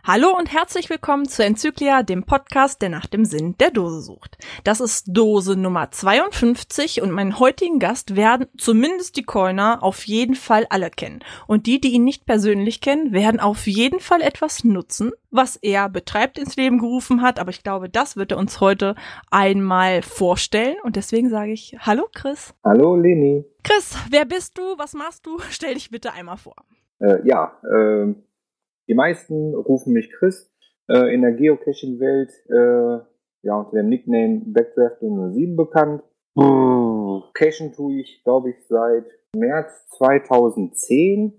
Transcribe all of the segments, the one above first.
Hallo und herzlich willkommen zu Enzyklia, dem Podcast, der nach dem Sinn der Dose sucht. Das ist Dose Nummer 52 und meinen heutigen Gast werden zumindest die Coiner auf jeden Fall alle kennen. Und die ihn nicht persönlich kennen, werden auf jeden Fall etwas nutzen, was er betreibt, ins Leben gerufen hat. Aber ich glaube, das wird er uns heute einmal vorstellen. Und deswegen sage ich Hallo Chris. Hallo Leni. Chris, wer bist du? Was machst du? Stell dich bitte einmal vor. Die meisten rufen mich Chris, in der Geocaching-Welt, unter dem Nickname Backdraft007 bekannt. Cachen tue ich, glaube ich, seit März 2010.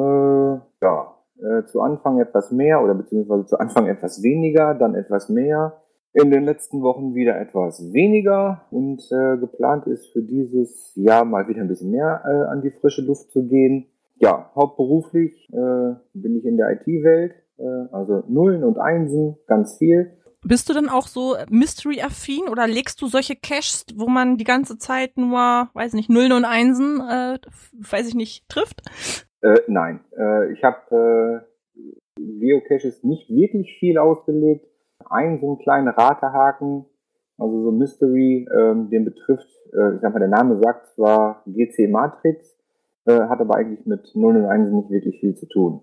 Zu Anfang etwas mehr oder beziehungsweise zu Anfang etwas weniger, dann etwas mehr. In den letzten Wochen wieder etwas weniger und geplant ist für dieses Jahr mal wieder ein bisschen mehr an die frische Luft zu gehen. Ja, hauptberuflich bin ich in der IT-Welt, also Nullen und Einsen, ganz viel. Bist du dann auch so Mystery-affin oder legst du solche Caches, wo man die ganze Zeit nur, Nullen und Einsen, trifft? Nein, ich habe Geocaches nicht wirklich viel ausgelegt. So einen kleinen Ratehaken, also so Mystery, den betrifft, der Name sagt zwar GC Matrix, hat aber eigentlich mit Nullen und Einsen nicht wirklich viel zu tun.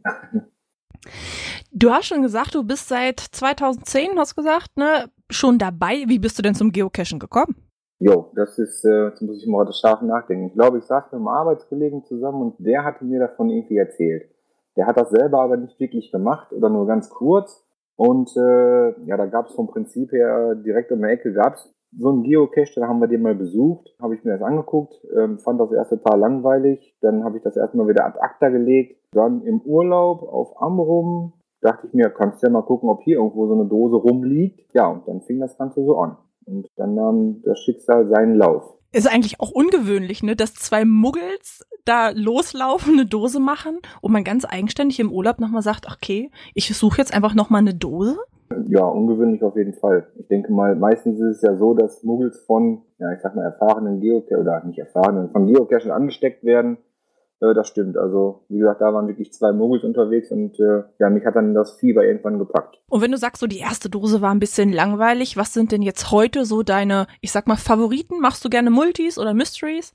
Du hast schon gesagt, du bist seit 2010, hast gesagt, ne, schon dabei. Wie bist du denn zum Geocachen gekommen? Das ist, jetzt muss ich mal heute scharf nachdenken. Ich glaube, ich saß mit einem Arbeitskollegen zusammen und der hatte mir davon irgendwie erzählt. Der hat das selber aber nicht wirklich gemacht oder nur ganz kurz. Und da gab es vom Prinzip her direkt um die Ecke gab's so einen Geocache, da haben wir den mal besucht, habe ich mir das angeguckt, fand das erste Paar langweilig, dann habe ich das erstmal wieder ad acta gelegt. Dann im Urlaub auf Amrum dachte ich mir, kannst ja mal gucken, ob hier irgendwo so eine Dose rumliegt. Ja, und dann fing das Ganze so an. Und dann nahm das Schicksal seinen Lauf. Ist eigentlich auch ungewöhnlich, ne, dass zwei Muggels da loslaufen, eine Dose machen und man ganz eigenständig im Urlaub nochmal sagt, okay, ich suche jetzt einfach nochmal eine Dose? Ja, ungewöhnlich auf jeden Fall. Ich denke mal, meistens ist es ja so, dass Muggels von, erfahrenen Geocachern oder nicht erfahrenen, von Geocachern angesteckt werden. Das stimmt. Also, wie gesagt, da waren wirklich zwei Muggels unterwegs und mich hat dann das Fieber irgendwann gepackt. Und wenn du sagst, so die erste Dose war ein bisschen langweilig, was sind denn jetzt heute so deine, Favoriten? Machst du gerne Multis oder Mysteries?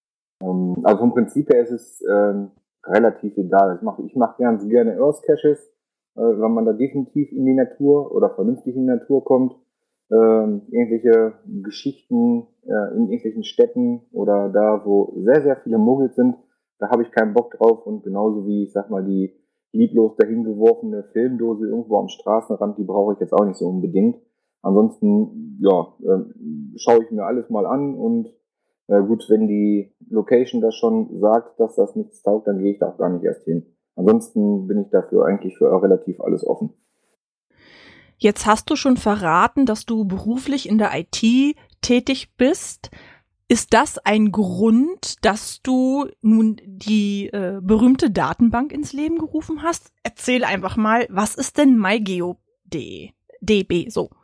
Also vom Prinzip her ist es relativ egal. Ich mache ganz gerne Earth Caches, wenn man da definitiv in die Natur oder vernünftig in die Natur kommt. Irgendwelche Geschichten in irgendwelchen Städten oder da, wo sehr, sehr viele Muggels sind, da habe ich keinen Bock drauf. Und genauso wie, die lieblos dahingeworfene Filmdose irgendwo am Straßenrand, die brauche ich jetzt auch nicht so unbedingt. Ansonsten, schaue ich mir alles mal an und gut, wenn die Location das schon sagt, dass das nichts taugt, dann gehe ich da auch gar nicht erst hin. Ansonsten bin ich dafür eigentlich für relativ alles offen. Jetzt hast du schon verraten, dass du beruflich in der IT tätig bist. Ist das ein Grund, dass du nun die berühmte Datenbank ins Leben gerufen hast? Erzähl einfach mal, was ist denn MyGeoDB so?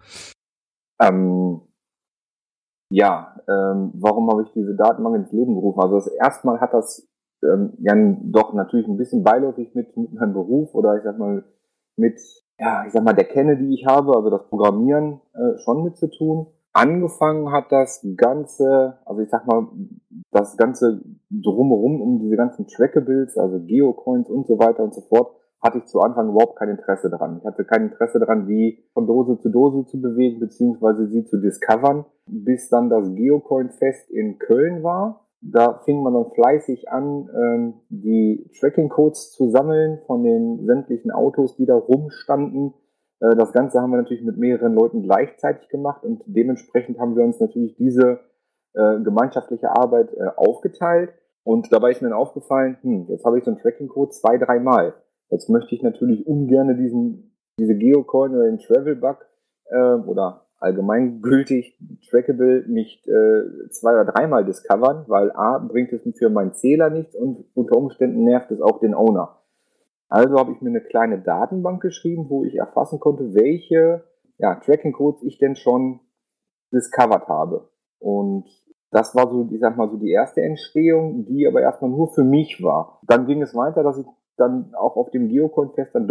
Warum habe ich diese Datenbank ins Leben gerufen? Also das erste Mal hat das doch natürlich ein bisschen beiläufig mit meinem Beruf oder mit der Kenne, die ich habe, also das Programmieren schon mit zu tun. Angefangen hat das Ganze, das Ganze drumherum um diese ganzen Trackables, also Geocoins und so weiter und so fort, hatte ich zu Anfang überhaupt kein Interesse dran. Ich hatte kein Interesse dran, die von Dose zu Dose zu bewegen, beziehungsweise sie zu discovern, bis dann das Geocoin-Fest in Köln war. Da fing man dann fleißig an, die Tracking-Codes zu sammeln von den sämtlichen Autos, die da rumstanden. Das Ganze haben wir natürlich mit mehreren Leuten gleichzeitig gemacht und dementsprechend haben wir uns natürlich diese gemeinschaftliche Arbeit aufgeteilt. Und dabei ist mir dann aufgefallen, jetzt habe ich so einen Tracking-Code 2-3 Mal. Jetzt möchte ich natürlich ungern diese Geocoin oder den Travel-Bug oder allgemeingültig Trackable nicht 2 oder 3 Mal discovern, weil A, bringt es für meinen Zähler nichts und unter Umständen nervt es auch den Owner. Also habe ich mir eine kleine Datenbank geschrieben, wo ich erfassen konnte, welche Tracking-Codes ich denn schon discovered habe. Und das war so die erste Entstehung, die aber erstmal nur für mich war. Dann ging es weiter, dass ich dann auch auf dem Geocoin-Fest dann doch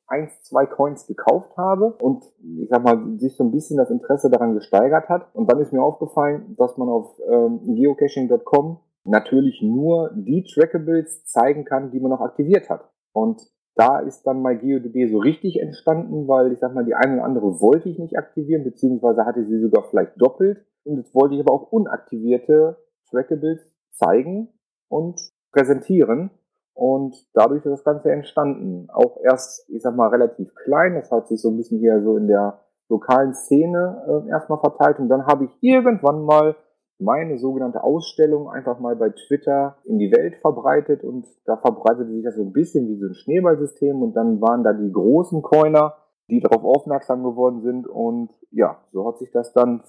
1, 2 Coins gekauft habe und ich sag mal, sich so ein bisschen das Interesse daran gesteigert hat. Und dann ist mir aufgefallen, dass man auf geocaching.com natürlich nur die Trackables zeigen kann, die man noch aktiviert hat. Und da ist dann MyGeoDB so richtig entstanden, weil ich sag mal, die eine oder andere wollte ich nicht aktivieren, beziehungsweise hatte sie sogar vielleicht doppelt. Und jetzt wollte ich aber auch unaktivierte Trackables zeigen und präsentieren. Und dadurch ist das Ganze entstanden. Auch erst, ich sag mal, relativ klein. Das hat sich so ein bisschen hier so in der lokalen Szene erstmal verteilt. Und dann habe ich irgendwann mal meine sogenannte Ausstellung einfach mal bei Twitter in die Welt verbreitet. Und da verbreitete sich das so ein bisschen wie so ein Schneeballsystem. Und dann waren da die großen Coiner, die darauf aufmerksam geworden sind. Und ja, so hat sich das dann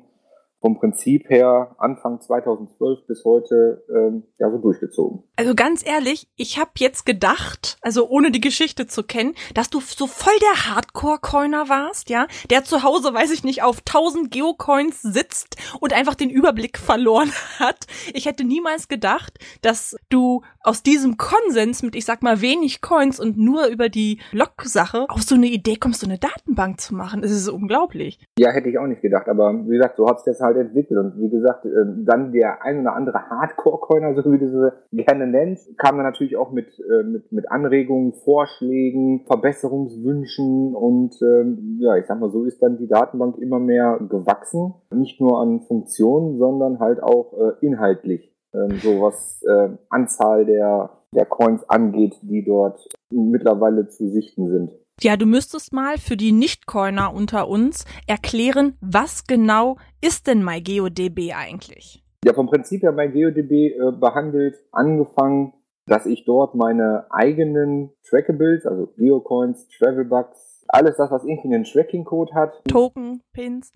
vom Prinzip her Anfang 2012 bis heute so durchgezogen. Also ganz ehrlich, ich habe jetzt gedacht, also ohne die Geschichte zu kennen, dass du so voll der Hardcore-Coiner warst, ja, der zu Hause, weiß ich nicht, auf 1000 Geocoins sitzt und einfach den Überblick verloren hat. Ich hätte niemals gedacht, dass du aus diesem Konsens mit, ich sag mal, wenig Coins und nur über die Log-Sache auf so eine Idee kommst, so eine Datenbank zu machen. Das ist unglaublich. Ja, hätte ich auch nicht gedacht, aber wie gesagt, so hat sich das halt entwickelt und wie gesagt, dann der ein oder andere Hardcore-Coiner, so wie du sie gerne nennst, kam dann natürlich auch mit Anregungen, Vorschlägen, Verbesserungswünschen und ich sag mal, so ist dann die Datenbank immer mehr gewachsen, nicht nur an Funktionen, sondern halt auch inhaltlich, so was Anzahl der Coins angeht, die dort mittlerweile zu sichten sind. Ja, du müsstest mal für die Nicht-Coiner unter uns erklären, was genau ist denn MyGeoDB eigentlich? Ja, vom Prinzip her MyGeoDB behandelt angefangen, dass ich dort meine eigenen Trackables, also Geocoins, Travelbugs, alles das, was irgendwie einen Tracking-Code hat. Token, Pins,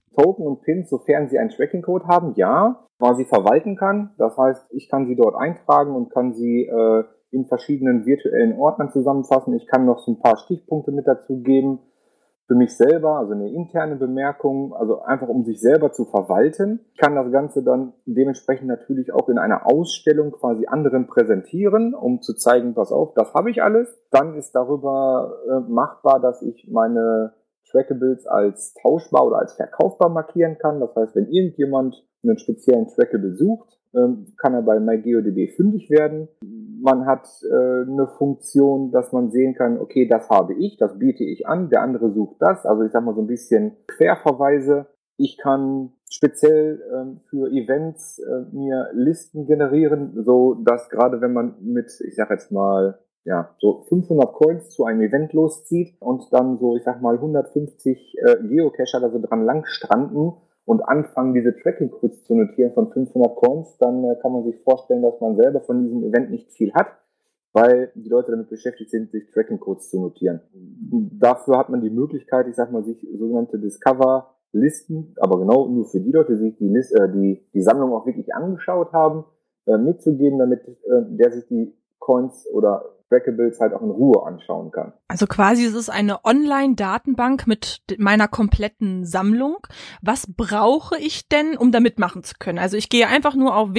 sofern sie einen Tracking-Code haben, ja, quasi verwalten kann. Das heißt, ich kann sie dort eintragen und kann sie in verschiedenen virtuellen Ordnern zusammenfassen. Ich kann noch so ein paar Stichpunkte mit dazu geben für mich selber, also eine interne Bemerkung, also einfach um sich selber zu verwalten. Ich kann das Ganze dann dementsprechend natürlich auch in einer Ausstellung quasi anderen präsentieren, um zu zeigen, pass auf, das habe ich alles. Dann ist darüber machbar, dass ich meine Trackables als tauschbar oder als verkaufbar markieren kann. Das heißt, wenn irgendjemand einen speziellen Trackable sucht, kann er bei MyGeoDB fündig werden. Man hat eine Funktion, dass man sehen kann, okay, das habe ich, das biete ich an, der andere sucht das. Also ich sag mal so ein bisschen Querverweise. Ich kann speziell für Events mir Listen generieren, so dass gerade wenn man mit, ich sag jetzt mal, so 500 Coins zu einem Event loszieht und dann so, ich sag mal, 150 Geocacher da so dran lang stranden und anfangen, diese Tracking-Codes zu notieren von 500 Coins, dann kann man sich vorstellen, dass man selber von diesem Event nicht viel hat, weil die Leute damit beschäftigt sind, sich Tracking-Codes zu notieren. Dafür hat man die Möglichkeit, ich sag mal, sich sogenannte Discover-Listen, aber genau nur für die Leute, die die Sammlung auch wirklich angeschaut haben, mitzugeben, damit der sich die Coins oder Trackables halt auch in Ruhe anschauen kann. Also quasi ist es eine Online-Datenbank mit meiner kompletten Sammlung. Was brauche ich denn, um da mitmachen zu können? Also ich gehe einfach nur auf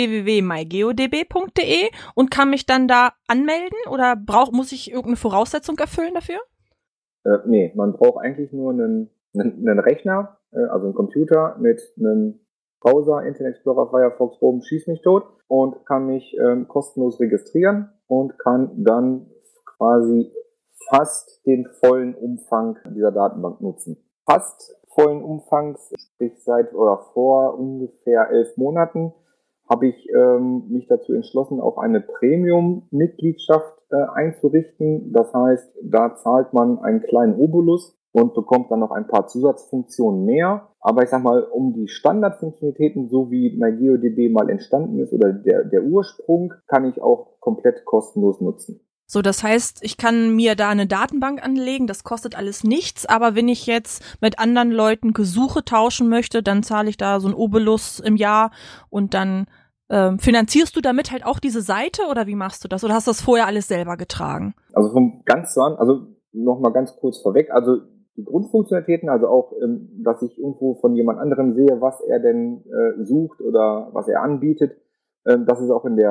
www.mygeodb.de und kann mich dann da anmelden oder muss ich irgendeine Voraussetzung erfüllen dafür? Nee, man braucht eigentlich nur einen Rechner, also einen Computer mit einem Browser, Internet Explorer, Firefox, Chrome, schieß mich tot und kann mich kostenlos registrieren und kann dann quasi fast den vollen Umfang dieser Datenbank nutzen. Fast vollen Umfangs, sprich vor ungefähr 11 Monaten habe ich mich dazu entschlossen, auch eine Premium-Mitgliedschaft einzurichten. Das heißt, da zahlt man einen kleinen Obolus und bekommt dann noch ein paar Zusatzfunktionen mehr. Aber ich sag mal, um die Standardfunktionalitäten, so wie MyGeoDB mal entstanden ist oder der Ursprung, kann ich auch komplett kostenlos nutzen. So, das heißt, ich kann mir da eine Datenbank anlegen, das kostet alles nichts, aber wenn ich jetzt mit anderen Leuten Gesuche tauschen möchte, dann zahle ich da so ein Obolus im Jahr und dann finanzierst du damit halt auch diese Seite oder wie machst du das? Oder hast du das vorher alles selber getragen? Also nochmal ganz kurz vorweg, also die Grundfunktionalitäten, also auch, dass ich irgendwo von jemand anderem sehe, was er denn sucht oder was er anbietet, das ist auch in der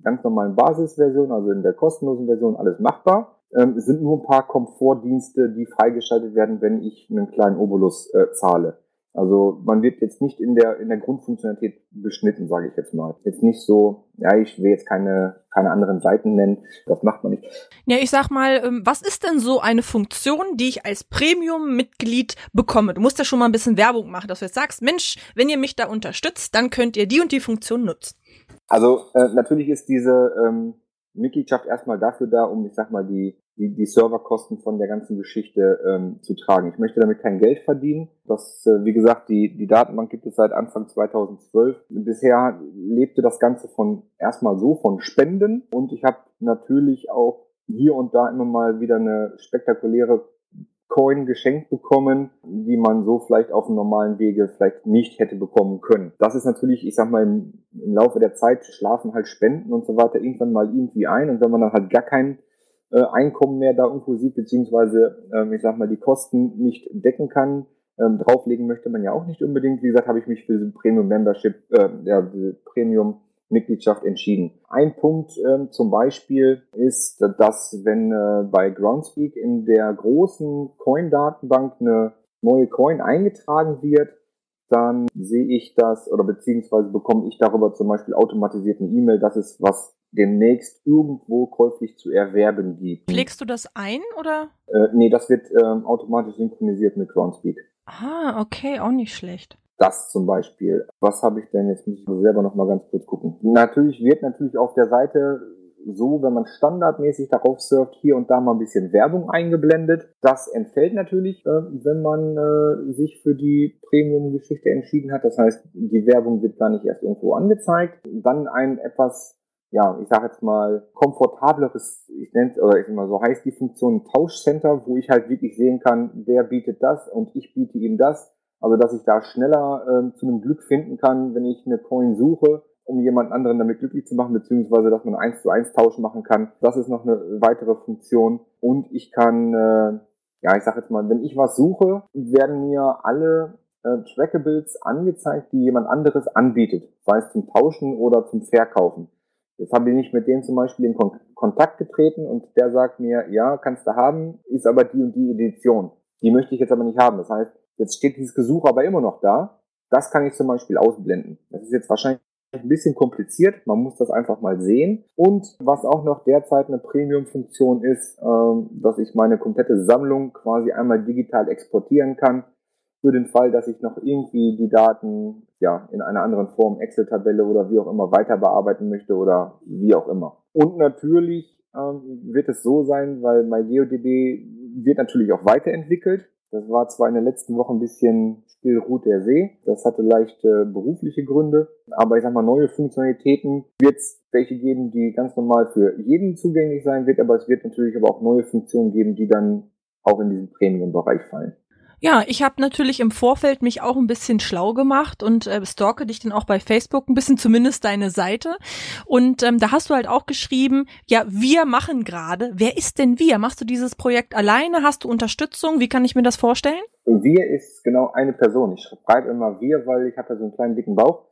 ganz normalen Basisversion, also in der kostenlosen Version, alles machbar. Es sind nur ein paar Komfortdienste, die freigeschaltet werden, wenn ich einen kleinen Obolus zahle. Also man wird jetzt nicht in der Grundfunktionalität beschnitten, sage ich jetzt mal. Jetzt nicht so, ja, ich will jetzt keine anderen Seiten nennen, das macht man nicht. Ja, ich sag mal, was ist denn so eine Funktion, die ich als Premium-Mitglied bekomme? Du musst ja schon mal ein bisschen Werbung machen, dass du jetzt sagst, Mensch, wenn ihr mich da unterstützt, dann könnt ihr die und die Funktion nutzen. Also natürlich ist diese Mitgliedschaft erstmal dafür da, um, ich sag mal, die Serverkosten von der ganzen Geschichte zu tragen. Ich möchte damit kein Geld verdienen. Das, wie gesagt, die Datenbank gibt es seit Anfang 2012. Bisher lebte das Ganze erstmal von Spenden, und ich habe natürlich auch hier und da immer mal wieder eine spektakuläre Coin geschenkt bekommen, die man so vielleicht auf dem normalen Wege vielleicht nicht hätte bekommen können. Das ist natürlich, ich sag mal, im Laufe der Zeit schlafen halt Spenden und so weiter irgendwann mal irgendwie ein, und wenn man dann halt gar kein Einkommen mehr da irgendwo sieht, beziehungsweise, ich sag mal, die Kosten nicht decken kann, drauflegen möchte man ja auch nicht unbedingt. Wie gesagt, habe ich mich für diese Premium-Membership, diese Premium-Mitgliedschaft entschieden. Ein Punkt zum Beispiel ist, dass wenn bei Groundspeak in der großen Coin-Datenbank eine neue Coin eingetragen wird, dann sehe ich das, oder beziehungsweise bekomme ich darüber zum Beispiel automatisiert eine E-Mail, dass es was demnächst irgendwo käuflich zu erwerben gibt. Pflegst du das ein, oder? Nee, das wird automatisch synchronisiert mit Groundspeak. Ah, okay, auch nicht schlecht. Das zum Beispiel. Was habe ich denn? Jetzt muss ich selber noch mal ganz kurz gucken. Natürlich wird auf der Seite so, wenn man standardmäßig darauf surft, hier und da mal ein bisschen Werbung eingeblendet. Das entfällt natürlich, wenn man sich für die Premium-Geschichte entschieden hat. Das heißt, die Werbung wird gar nicht erst irgendwo angezeigt. Dann ein etwas, ja, ich sage jetzt mal, komfortableres, ich nenne es, oder ich immer so heißt die Funktion Tauschcenter, wo ich halt wirklich sehen kann, der bietet das und ich biete ihm das. Also, dass ich da schneller zu einem Glück finden kann, wenn ich eine Coin suche, um jemand anderen damit glücklich zu machen, beziehungsweise, dass man 1:1 Tausch machen kann. Das ist noch eine weitere Funktion. Und ich kann, ja, ich sage jetzt mal, wenn ich was suche, werden mir alle Trackables angezeigt, die jemand anderes anbietet, sei es zum Tauschen oder zum Verkaufen. Jetzt habe ich nicht mit dem zum Beispiel in Kontakt getreten und der sagt mir, ja, kannst du haben, ist aber die und die Edition. Die möchte ich jetzt aber nicht haben. Das heißt, jetzt steht dieses Gesuch aber immer noch da. Das kann ich zum Beispiel ausblenden. Das ist jetzt wahrscheinlich ein bisschen kompliziert. Man muss das einfach mal sehen. Und was auch noch derzeit eine Premium-Funktion ist, dass ich meine komplette Sammlung quasi einmal digital exportieren kann. Für den Fall, dass ich noch irgendwie die Daten ja in einer anderen Form, Excel-Tabelle oder wie auch immer weiter bearbeiten möchte oder wie auch immer. Und natürlich wird es so sein, weil MyGeoDB wird natürlich auch weiterentwickelt. Das war zwar in den letzten Wochen ein bisschen still ruht der See. Das hatte leichte berufliche Gründe. Aber ich sag mal, neue Funktionalitäten wird es welche geben, die ganz normal für jeden zugänglich sein wird. Aber es wird natürlich aber auch neue Funktionen geben, die dann auch in diesen Premium-Bereich fallen. Ja, ich habe natürlich im Vorfeld mich auch ein bisschen schlau gemacht und stalke dich dann auch bei Facebook ein bisschen, zumindest deine Seite. Und da hast du halt auch geschrieben, ja, wir machen gerade. Wer ist denn wir? Machst du dieses Projekt alleine? Hast du Unterstützung? Wie kann ich mir das vorstellen? Wir ist genau eine Person. Ich schreibe immer wir, weil ich habe ja so einen kleinen dicken Bauch.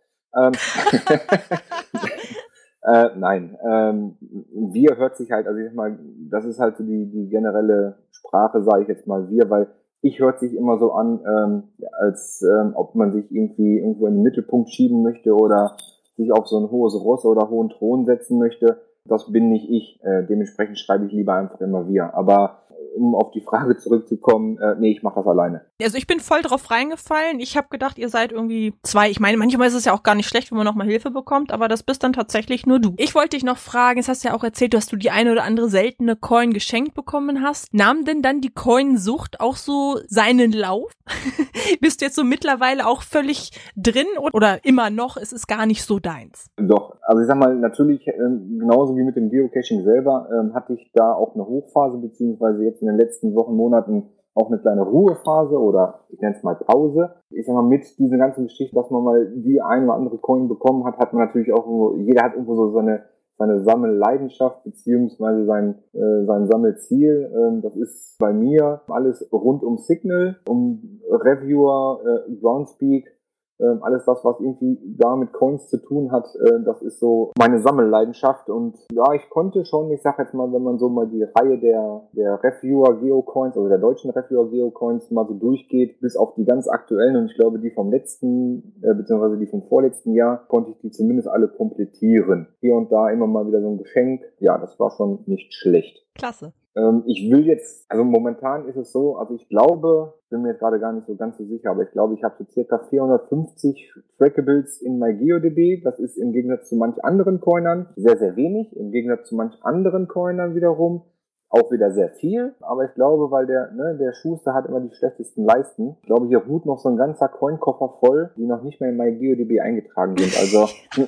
Nein, wir hört sich halt, also ich sag mal, das ist halt so die generelle Sprache, sage ich jetzt mal wir, weil ich hört sich immer so an, als ob man sich irgendwie irgendwo in den Mittelpunkt schieben möchte oder sich auf so ein hohes Ross oder hohen Thron setzen möchte. Das bin nicht ich. Dementsprechend schreibe ich lieber einfach immer wir. Aber um auf die Frage zurückzukommen, nee, ich mache das alleine. Also ich bin voll drauf reingefallen. Ich habe gedacht, ihr seid irgendwie zwei. Ich meine, manchmal ist es ja auch gar nicht schlecht, wenn man noch mal Hilfe bekommt, aber das bist dann tatsächlich nur du. Ich wollte dich noch fragen, jetzt hast du ja auch erzählt, dass du die eine oder andere seltene Coin geschenkt bekommen hast. Nahm denn dann die Coinsucht auch so seinen Lauf? Bist du jetzt so mittlerweile auch völlig drin oder immer noch, es ist gar nicht so deins? Doch, also ich sag mal, natürlich, genauso wie mit dem Geocaching selber, hatte ich da auch eine Hochphase, beziehungsweise jetzt in den letzten Wochen, Monaten auch eine kleine Ruhephase oder ich nenne es mal Pause. Ich sag mal, mit dieser ganzen Geschichte, dass man mal die eine oder andere Coin bekommen hat, hat man natürlich auch irgendwo, jeder hat irgendwo so seine Sammelleidenschaft beziehungsweise sein Sammelziel. Das ist bei mir alles rund um Signal, um Reviewer, Groundspeak Alles das, was irgendwie da mit Coins zu tun hat, das ist so meine Sammelleidenschaft. Und ja, ich konnte schon, ich sag jetzt mal, wenn man so mal die Reihe der Reviewer Geocoins, also der deutschen Reviewer Geocoins mal so durchgeht, bis auf die ganz aktuellen, und ich glaube, die vom letzten, beziehungsweise die vom vorletzten Jahr, konnte ich die zumindest alle komplettieren. Hier und da immer mal wieder so ein Geschenk. Ja, das war schon nicht schlecht. Klasse. Ich will jetzt, also momentan ist es so, also ich glaube, bin mir jetzt gerade gar nicht so ganz so sicher, aber ich glaube, ich habe so circa 450 Trackables in MyGeoDB. Das ist im Gegensatz zu manch anderen Coinern sehr, sehr wenig. Im Gegensatz zu manch anderen Coinern wiederum auch wieder sehr viel, aber ich glaube, weil der Schuster hat immer die schlechtesten Leisten. Ich glaube, hier ruht noch so ein ganzer Coinkoffer voll, die noch nicht mehr in MyGeoDB eingetragen sind. Also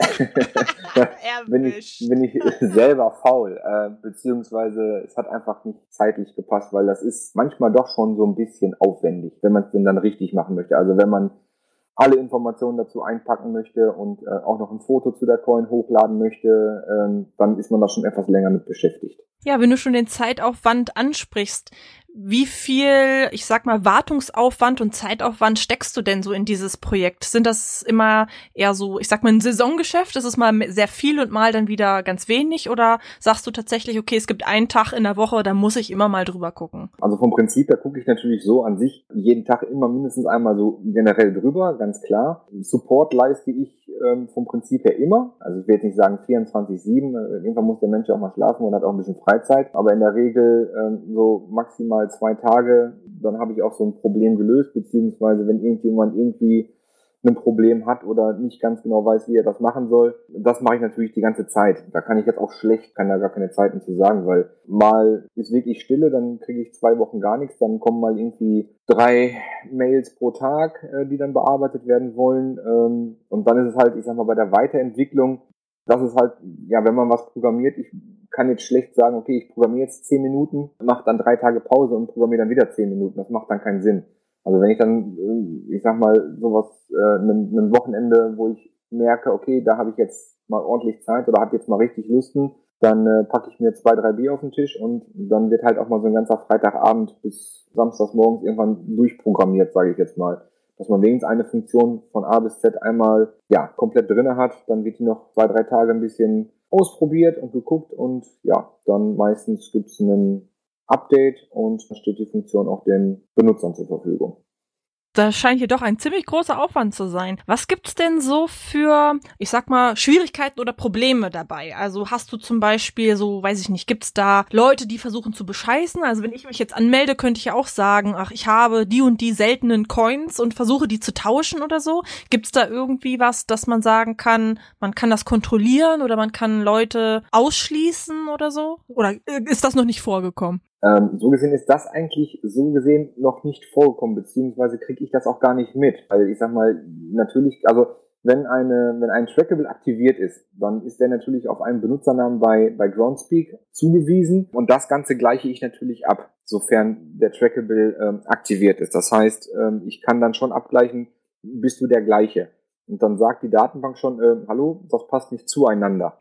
bin ich selber faul, beziehungsweise es hat einfach nicht zeitlich gepasst, weil das ist manchmal doch schon so ein bisschen aufwendig, wenn man es denn dann richtig machen möchte. Also wenn man alle Informationen dazu einpacken möchte und auch noch ein Foto zu der Coin hochladen möchte, dann ist man da schon etwas länger mit beschäftigt. Ja, wenn du schon den Zeitaufwand ansprichst, wie viel, ich sag mal, Wartungsaufwand und Zeitaufwand steckst du denn so in dieses Projekt? Sind das immer eher so, ich sag mal, ein Saisongeschäft? Ist es mal sehr viel und mal dann wieder ganz wenig? Oder sagst du tatsächlich, okay, es gibt einen Tag in der Woche, da muss ich immer mal drüber gucken? Also vom Prinzip her gucke ich natürlich so an sich jeden Tag immer mindestens einmal so generell drüber, ganz klar. Support leiste ich vom Prinzip her immer. Also ich will jetzt nicht sagen 24/7. Irgendwann muss der Mensch auch mal schlafen und hat auch ein bisschen Freizeit. Aber in der Regel so maximal 2 Tage, dann habe ich auch so ein Problem gelöst, beziehungsweise wenn irgendjemand irgendwie ein Problem hat oder nicht ganz genau weiß, wie er das machen soll, das mache ich natürlich die ganze Zeit. Da kann ich jetzt auch kann da gar keine Zeiten zu sagen, weil mal ist wirklich Stille, dann kriege ich 2 Wochen gar nichts, dann kommen mal irgendwie 3 Mails pro Tag, die dann bearbeitet werden wollen. Und dann ist es halt, ich sag mal, bei der Weiterentwicklung, das ist halt, ja, wenn man was programmiert, ich kann jetzt schlecht sagen, okay, ich programmiere jetzt 10 Minuten, mache dann 3 Tage Pause und programmiere dann wieder 10 Minuten. Das macht dann keinen Sinn. Also wenn ich dann, ich sag mal, sowas, ein Wochenende, wo ich merke, okay, da habe ich jetzt mal ordentlich Zeit oder habe jetzt mal richtig Lusten, dann packe ich mir 2, 3 Bier auf den Tisch und dann wird halt auch mal so ein ganzer Freitagabend bis samstags morgens irgendwann durchprogrammiert, sage ich jetzt mal. Dass man wenigstens eine Funktion von A bis Z einmal, ja, komplett drinne hat, dann wird die noch 2, 3 Tage ein bisschen ausprobiert und geguckt und ja, dann meistens gibt's einen Update und dann steht die Funktion auch den Benutzern zur Verfügung. Das scheint hier doch ein ziemlich großer Aufwand zu sein. Was gibt's denn so für, ich sag mal, Schwierigkeiten oder Probleme dabei? Also hast du zum Beispiel so, weiß ich nicht, gibt's da Leute, die versuchen zu bescheißen? Also wenn ich mich jetzt anmelde, könnte ich ja auch sagen, ach, ich habe die und die seltenen Coins und versuche die zu tauschen oder so. Gibt's da irgendwie was, dass man sagen kann, man kann das kontrollieren oder man kann Leute ausschließen oder so? Oder ist das noch nicht vorgekommen? So gesehen ist das eigentlich so gesehen noch nicht vorgekommen, beziehungsweise kriege ich das auch gar nicht mit. Weil ich sag mal, natürlich, also wenn ein Trackable aktiviert ist, dann ist der natürlich auf einen Benutzernamen bei Groundspeak zugewiesen und das Ganze gleiche ich natürlich ab, sofern der Trackable aktiviert ist. Das heißt, ich kann dann schon abgleichen, bist du der gleiche? Und dann sagt die Datenbank schon, hallo, das passt nicht zueinander.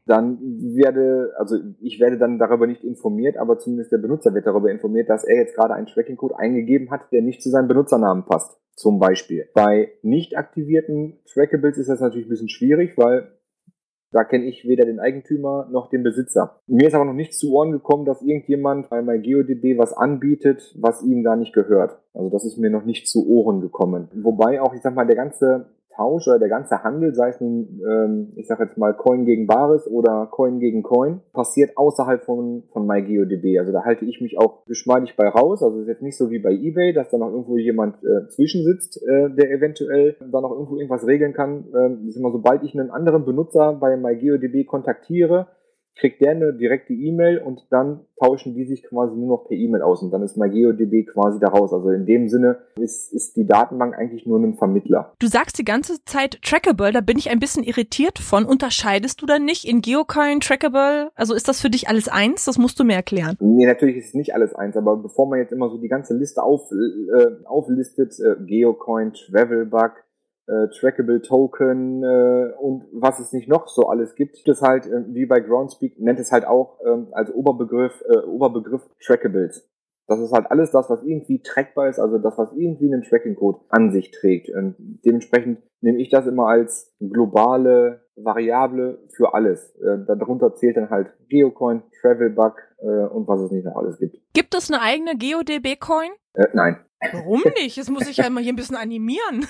Ich werde dann darüber nicht informiert, aber zumindest der Benutzer wird darüber informiert, dass er jetzt gerade einen Tracking-Code eingegeben hat, der nicht zu seinem Benutzernamen passt. Zum Beispiel. Bei nicht aktivierten Trackables ist das natürlich ein bisschen schwierig, weil da kenne ich weder den Eigentümer noch den Besitzer. Mir ist aber noch nicht zu Ohren gekommen, dass irgendjemand bei MyGeoDB was anbietet, was ihm da nicht gehört. Also das ist mir noch nicht zu Ohren gekommen. Wobei auch, ich sag mal, der ganze Tausch oder der ganze Handel, sei es nun, ich sag jetzt mal Coin gegen Bares oder Coin gegen Coin, passiert außerhalb von MyGeoDB. Also da halte ich mich auch geschmeidig bei raus. Also es ist jetzt nicht so wie bei eBay, dass da noch irgendwo jemand zwischensitzt, der eventuell da noch irgendwo irgendwas regeln kann. Ist immer, sobald ich einen anderen Benutzer bei MyGeoDB kontaktiere, kriegt der eine direkte E-Mail und dann tauschen die sich quasi nur noch per E-Mail aus und dann ist MyGeoDB quasi da raus. Also in dem Sinne ist die Datenbank eigentlich nur ein Vermittler. Du sagst die ganze Zeit Trackable, da bin ich ein bisschen irritiert von. Unterscheidest du dann nicht in Geocoin, Trackable? Also ist das für dich alles eins? Das musst du mir erklären. Nee, natürlich ist es nicht alles eins, aber bevor man jetzt immer so die ganze Liste auflistet, Geocoin, Travelbug, Trackable Token und was es nicht noch so alles gibt, das halt wie bei Groundspeak nennt es halt auch als Oberbegriff Trackables. Das ist halt alles das, was irgendwie trackbar ist, also das, was irgendwie einen Tracking-Code an sich trägt. Und dementsprechend nehme ich das immer als globale Variable für alles. Darunter zählt dann halt Geocoin, Travelbug und was es nicht noch alles gibt. Gibt es eine eigene GeoDB-Coin? Nein. Warum nicht? Jetzt muss ich ja immer hier ein bisschen animieren.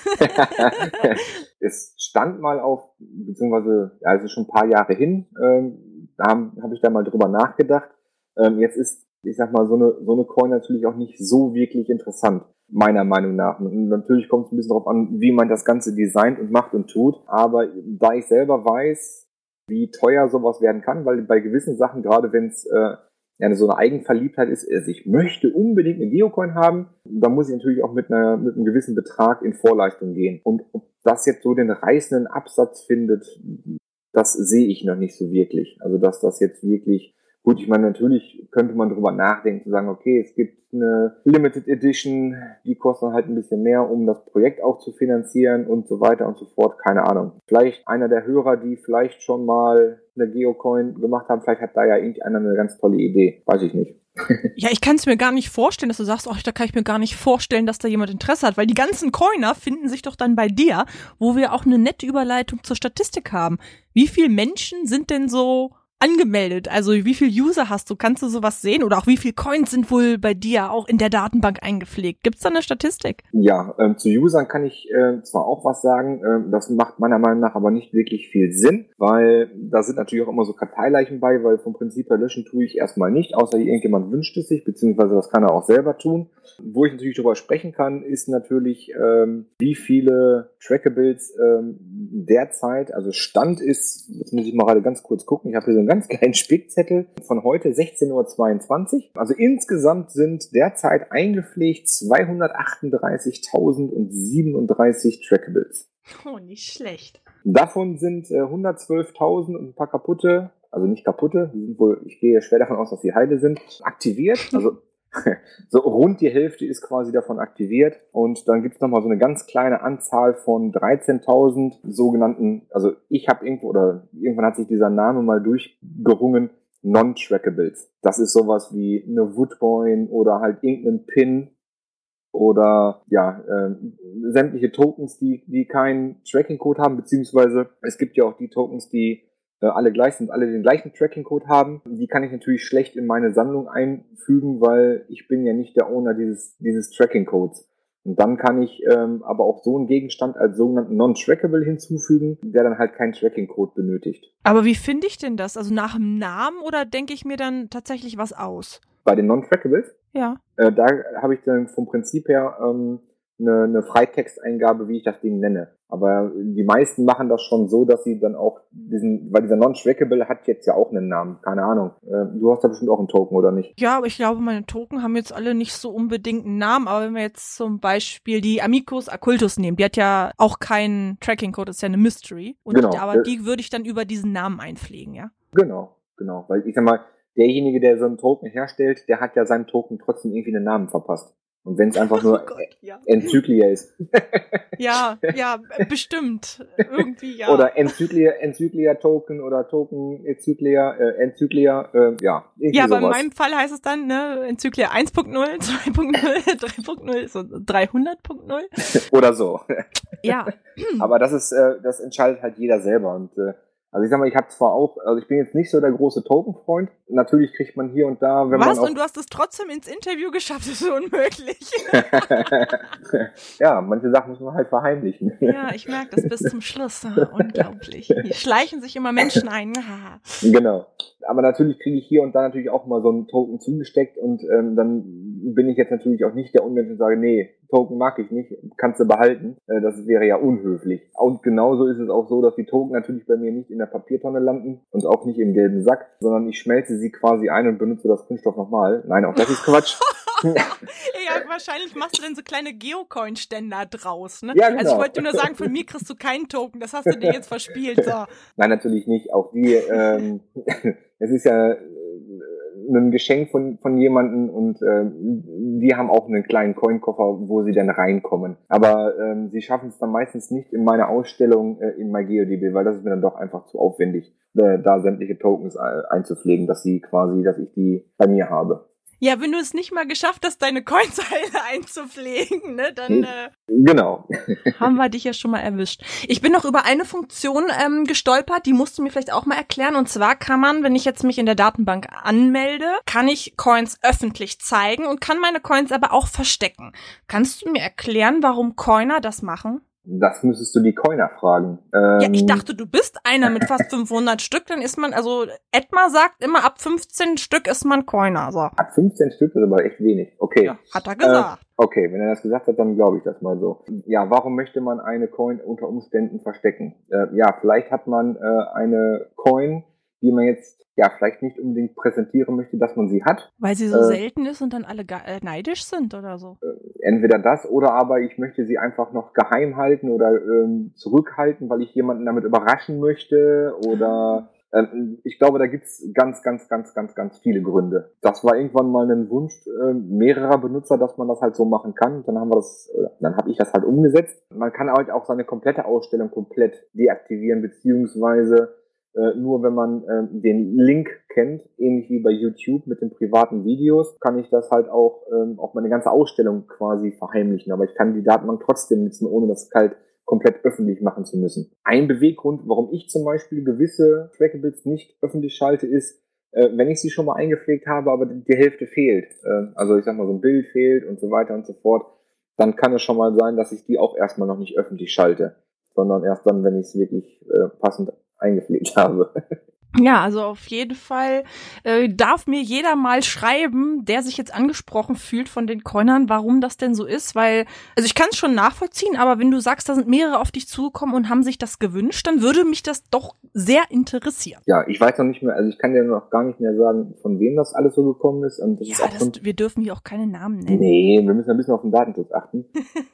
Es stand mal beziehungsweise, ja, es ist schon ein paar Jahre hin, da hab ich da mal drüber nachgedacht. Jetzt ist, ich sag mal, so eine Coin natürlich auch nicht so wirklich interessant, meiner Meinung nach. Und natürlich kommt es ein bisschen darauf an, wie man das Ganze designt und macht und tut. Aber da ich selber weiß, wie teuer sowas werden kann, weil bei gewissen Sachen, gerade wenn es so eine Eigenverliebtheit ist, ich möchte unbedingt eine Geocoin haben, da muss ich natürlich auch mit einem gewissen Betrag in Vorleistung gehen. Und ob das jetzt so den reißenden Absatz findet, das sehe ich noch nicht so wirklich. Also dass das jetzt wirklich, gut, ich meine, natürlich könnte man drüber nachdenken, zu sagen, okay, es gibt eine Limited Edition, die kostet halt ein bisschen mehr, um das Projekt auch zu finanzieren und so weiter und so fort, keine Ahnung. Vielleicht einer der Hörer, die vielleicht schon mal eine Geocoin gemacht haben, vielleicht hat da ja irgendeiner eine ganz tolle Idee, weiß ich nicht. Ja, ich kann es mir gar nicht vorstellen, dass du sagst, da kann ich mir gar nicht vorstellen, dass da jemand Interesse hat, weil die ganzen Coiner finden sich doch dann bei dir, wo wir auch eine nette Überleitung zur Statistik haben. Wie viele Menschen sind denn so angemeldet? Also wie viele User hast du? Kannst du sowas sehen? Oder auch wie viele Coins sind wohl bei dir auch in der Datenbank eingepflegt? Gibt's da eine Statistik? Ja, zu Usern kann ich zwar auch was sagen, das macht meiner Meinung nach aber nicht wirklich viel Sinn, weil da sind natürlich auch immer so Karteileichen bei, weil vom Prinzip her löschen tue ich erstmal nicht, außer irgendjemand wünscht es sich, beziehungsweise das kann er auch selber tun. Wo ich natürlich darüber sprechen kann, ist natürlich, wie viele Trackables derzeit, also Stand ist, jetzt muss ich mal gerade ganz kurz gucken, ich habe hier so einen ganz kleinen Spickzettel von heute, 16:22 Uhr. Also insgesamt sind derzeit eingepflegt 238.037 Trackables. Oh, nicht schlecht. Davon sind 112.000 und ein paar kaputte, also nicht kaputte, die sind wohl, ich gehe schwer davon aus, dass sie heile sind, aktiviert. Also so rund die Hälfte ist quasi davon aktiviert. Und dann gibt es nochmal so eine ganz kleine Anzahl von 13.000 sogenannten, also ich habe irgendwann hat sich dieser Name mal durchgerungen, Non-Trackables. Das ist sowas wie eine Woodcoin oder halt irgendeinen Pin oder sämtliche Tokens, die keinen Tracking-Code haben, beziehungsweise es gibt ja auch die Tokens, die alle gleich sind, alle den gleichen Tracking-Code haben. Die kann ich natürlich schlecht in meine Sammlung einfügen, weil ich bin ja nicht der Owner dieses Tracking-Codes. Und dann kann ich aber auch so einen Gegenstand als sogenannten Non-Trackable hinzufügen, der dann halt keinen Tracking-Code benötigt. Aber wie finde ich denn das? Also nach dem Namen oder denke ich mir dann tatsächlich was aus? Bei den Non-Trackables? Ja. Da habe ich dann vom Prinzip her eine Freitexteingabe, wie ich das Ding nenne. Aber die meisten machen das schon so, dass sie dann auch weil dieser Non-Trackable hat jetzt ja auch einen Namen, keine Ahnung. Du hast da bestimmt auch einen Token, oder nicht? Ja, aber ich glaube, meine Token haben jetzt alle nicht so unbedingt einen Namen, aber wenn wir jetzt zum Beispiel die Amicus Occultus nehmen, die hat ja auch keinen Tracking-Code, das ist ja eine Mystery. Und genau. Aber die würde ich dann über diesen Namen einpflegen, ja? Genau. Weil ich sag mal, derjenige, der so einen Token herstellt, der hat ja seinem Token trotzdem irgendwie einen Namen verpasst. Und wenn es einfach nur Enzyklia ist. Ja, bestimmt. Irgendwie, ja. Oder Enzyklia-Token oder Token Enzyklia, ja. Ja, aber sowas. in meinem Fall heißt es dann, ne, Enzyklia 1.0, 2.0, 3.0, so 300.0. Oder so. Ja. Aber das entscheidet halt jeder selber. Und also ich sag mal, ich habe zwar auch, also ich bin jetzt nicht so der große Token-Freund. Natürlich kriegt man hier und da, wenn man auch... Und du hast es trotzdem ins Interview geschafft, das ist unmöglich. Ja, manche Sachen muss man halt verheimlichen. Ja, ich merke das bis zum Schluss. Unglaublich. Hier schleichen sich immer Menschen ein. Genau. Aber natürlich kriege ich hier und da natürlich auch mal so einen Token zugesteckt und dann bin ich jetzt natürlich auch nicht der Unmensch und sage, nee, Token mag ich nicht, kannst du behalten. Das wäre ja unhöflich. Und genauso ist es auch so, dass die Token natürlich bei mir nicht in der Papiertonne landen und auch nicht im gelben Sack, sondern ich schmelze sie quasi ein und benutze das Kunststoff nochmal. Nein, auch das ist Quatsch. Ja, wahrscheinlich machst du dann so kleine Geocoin-Ständer draus, ne? Ja, genau. Also ich wollte nur sagen, von mir kriegst du keinen Token, das hast du dir jetzt verspielt. So. Nein, natürlich nicht. Auch die, es ist ja ein Geschenk von jemandem und die haben auch einen kleinen Coinkoffer, wo sie dann reinkommen. Aber sie schaffen es dann meistens nicht in meiner Ausstellung in MyGeoDB, weil das ist mir dann doch einfach zu aufwendig, da sämtliche Tokens einzupflegen, dass ich die bei mir habe. Ja, wenn du es nicht mal geschafft hast, deine Coins alle einzupflegen, ne, dann Genau. haben wir dich ja schon mal erwischt. Ich bin noch über eine Funktion gestolpert, die musst du mir vielleicht auch mal erklären. Und zwar kann man, wenn ich jetzt mich in der Datenbank anmelde, kann ich Coins öffentlich zeigen und kann meine Coins aber auch verstecken. Kannst du mir erklären, warum Coiner das machen? Das müsstest du die Coiner fragen. Ja, ich dachte, du bist einer mit fast 500 Stück, dann ist man, also Edmar sagt immer, ab 15 Stück ist man Coiner. So. Ab 15 Stück ist aber echt wenig. Okay. Ja, hat er gesagt. Okay, wenn er das gesagt hat, dann glaube ich das mal so. Ja, warum möchte man eine Coin unter Umständen verstecken? Ja, vielleicht hat man eine Coin, die man jetzt ja vielleicht nicht unbedingt präsentieren möchte, dass man sie hat. Weil sie so selten ist und dann alle neidisch sind oder so. Entweder das oder aber ich möchte sie einfach noch geheim halten oder zurückhalten, weil ich jemanden damit überraschen möchte oder ich glaube, da gibt's ganz viele Gründe. Das war irgendwann mal ein Wunsch mehrerer Benutzer, dass man das halt so machen kann. Dann habe ich das halt umgesetzt. Man kann halt auch seine komplette Ausstellung komplett deaktivieren, beziehungsweise nur wenn man den Link kennt, ähnlich wie bei YouTube mit den privaten Videos, kann ich das halt auch meine ganze Ausstellung quasi verheimlichen. Aber ich kann die Datenbank trotzdem nutzen, ohne das halt komplett öffentlich machen zu müssen. Ein Beweggrund, warum ich zum Beispiel gewisse Trackables nicht öffentlich schalte, ist, wenn ich sie schon mal eingepflegt habe, aber die Hälfte fehlt. Also ich sag mal, so ein Bild fehlt und so weiter und so fort, dann kann es schon mal sein, dass ich die auch erstmal noch nicht öffentlich schalte, sondern erst dann, wenn ich es wirklich passend eingepflegt habe. Ja, also auf jeden Fall darf mir jeder mal schreiben, der sich jetzt angesprochen fühlt von den Coinern, warum das denn so ist, weil, also ich kann es schon nachvollziehen, aber wenn du sagst, da sind mehrere auf dich zugekommen und haben sich das gewünscht, dann würde mich das doch sehr interessieren. Ja, ich weiß noch nicht mehr, also ich kann dir noch gar nicht mehr sagen, von wem das alles so gekommen ist. Und das ist auch wir dürfen hier auch keine Namen nennen. Nee, wir müssen ein bisschen auf den Datenschutz achten.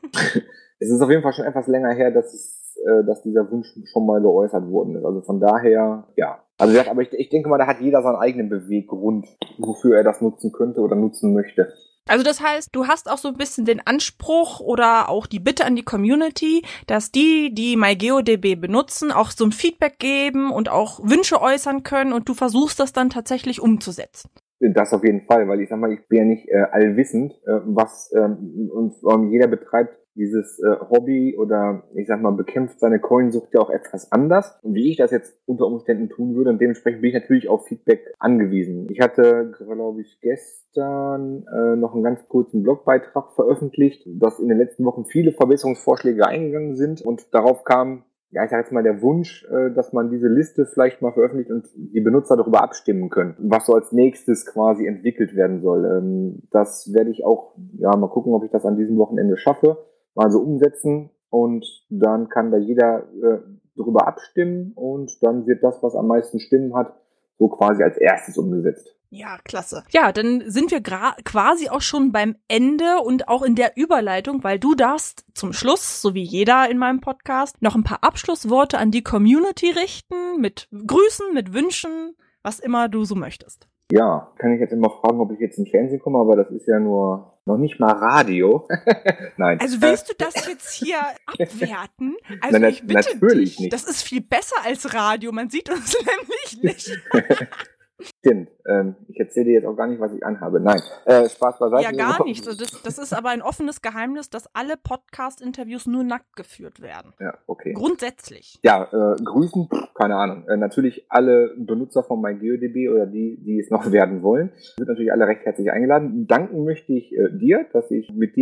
Es ist auf jeden Fall schon etwas länger her, dass dieser Wunsch schon mal geäußert worden ist. Also von daher, ja. Also aber ich denke mal, da hat jeder seinen eigenen Beweggrund, wofür er das nutzen könnte oder nutzen möchte. Also das heißt, du hast auch so ein bisschen den Anspruch oder auch die Bitte an die Community, dass die MyGeoDB benutzen, auch so ein Feedback geben und auch Wünsche äußern können und du versuchst das dann tatsächlich umzusetzen. Das auf jeden Fall, weil ich sag mal, ich bin ja nicht allwissend, was und jeder betreibt dieses Hobby oder ich sag mal bekämpft seine Coinsucht ja auch etwas anders, und wie ich das jetzt unter Umständen tun würde, und dementsprechend bin ich natürlich auf Feedback angewiesen. Ich hatte, glaube ich, gestern noch einen ganz kurzen Blogbeitrag veröffentlicht, dass in den letzten Wochen viele Verbesserungsvorschläge eingegangen sind und darauf kam, ja, ich sage jetzt mal der Wunsch, dass man diese Liste vielleicht mal veröffentlicht und die Benutzer darüber abstimmen können, was so als nächstes quasi entwickelt werden soll. Das werde ich auch, ja, mal gucken, ob ich das an diesem Wochenende schaffe, mal so umsetzen, und dann kann da jeder darüber abstimmen und dann wird das, was am meisten Stimmen hat, so quasi als erstes umgesetzt. Ja, klasse. Ja, dann sind wir quasi auch schon beim Ende und auch in der Überleitung, weil du darfst zum Schluss, so wie jeder in meinem Podcast, noch ein paar Abschlussworte an die Community richten, mit Grüßen, mit Wünschen, was immer du so möchtest. Ja, kann ich jetzt immer fragen, ob ich jetzt ins Fernsehen komme, aber das ist ja nur noch nicht mal Radio. Nein. Also willst du das jetzt hier abwerten? Also Nein, ich bitte natürlich dich, nicht. Das ist viel besser als Radio, man sieht uns nämlich nicht. Stimmt. Ich erzähle dir jetzt auch gar nicht, was ich anhabe. Nein, Spaß beiseite. Ja, gar nicht. Das ist aber ein offenes Geheimnis, dass alle Podcast-Interviews nur nackt geführt werden. Ja, okay. Grundsätzlich. Ja, Grüßen, keine Ahnung. Natürlich alle Benutzer von MyGeoDB oder die es noch werden wollen, sind natürlich alle recht herzlich eingeladen. Danken möchte ich dir, dass du mit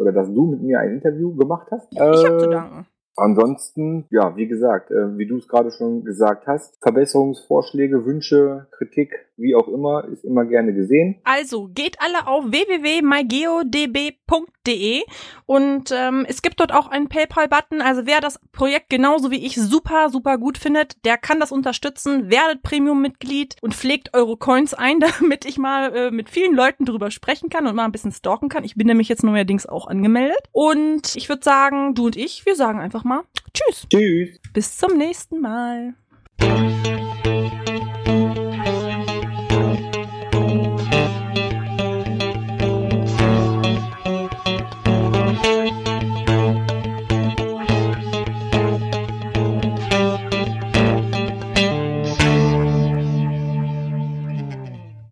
mir ein Interview gemacht hast. Ich habe zu danken. Ansonsten, ja, wie gesagt, wie du es gerade schon gesagt hast, Verbesserungsvorschläge, Wünsche, Kritik, wie auch immer, ist immer gerne gesehen. Also, geht alle auf www.mygeodb.de und es gibt dort auch einen PayPal-Button. Also, wer das Projekt genauso wie ich super, super gut findet, der kann das unterstützen. Werdet Premium-Mitglied und pflegt eure Coins ein, damit ich mal mit vielen Leuten drüber sprechen kann und mal ein bisschen stalken kann. Ich bin nämlich jetzt neuerdings auch angemeldet. Und ich würde sagen, du und ich, wir sagen einfach mal Tschüss. Tschüss. Bis zum nächsten Mal.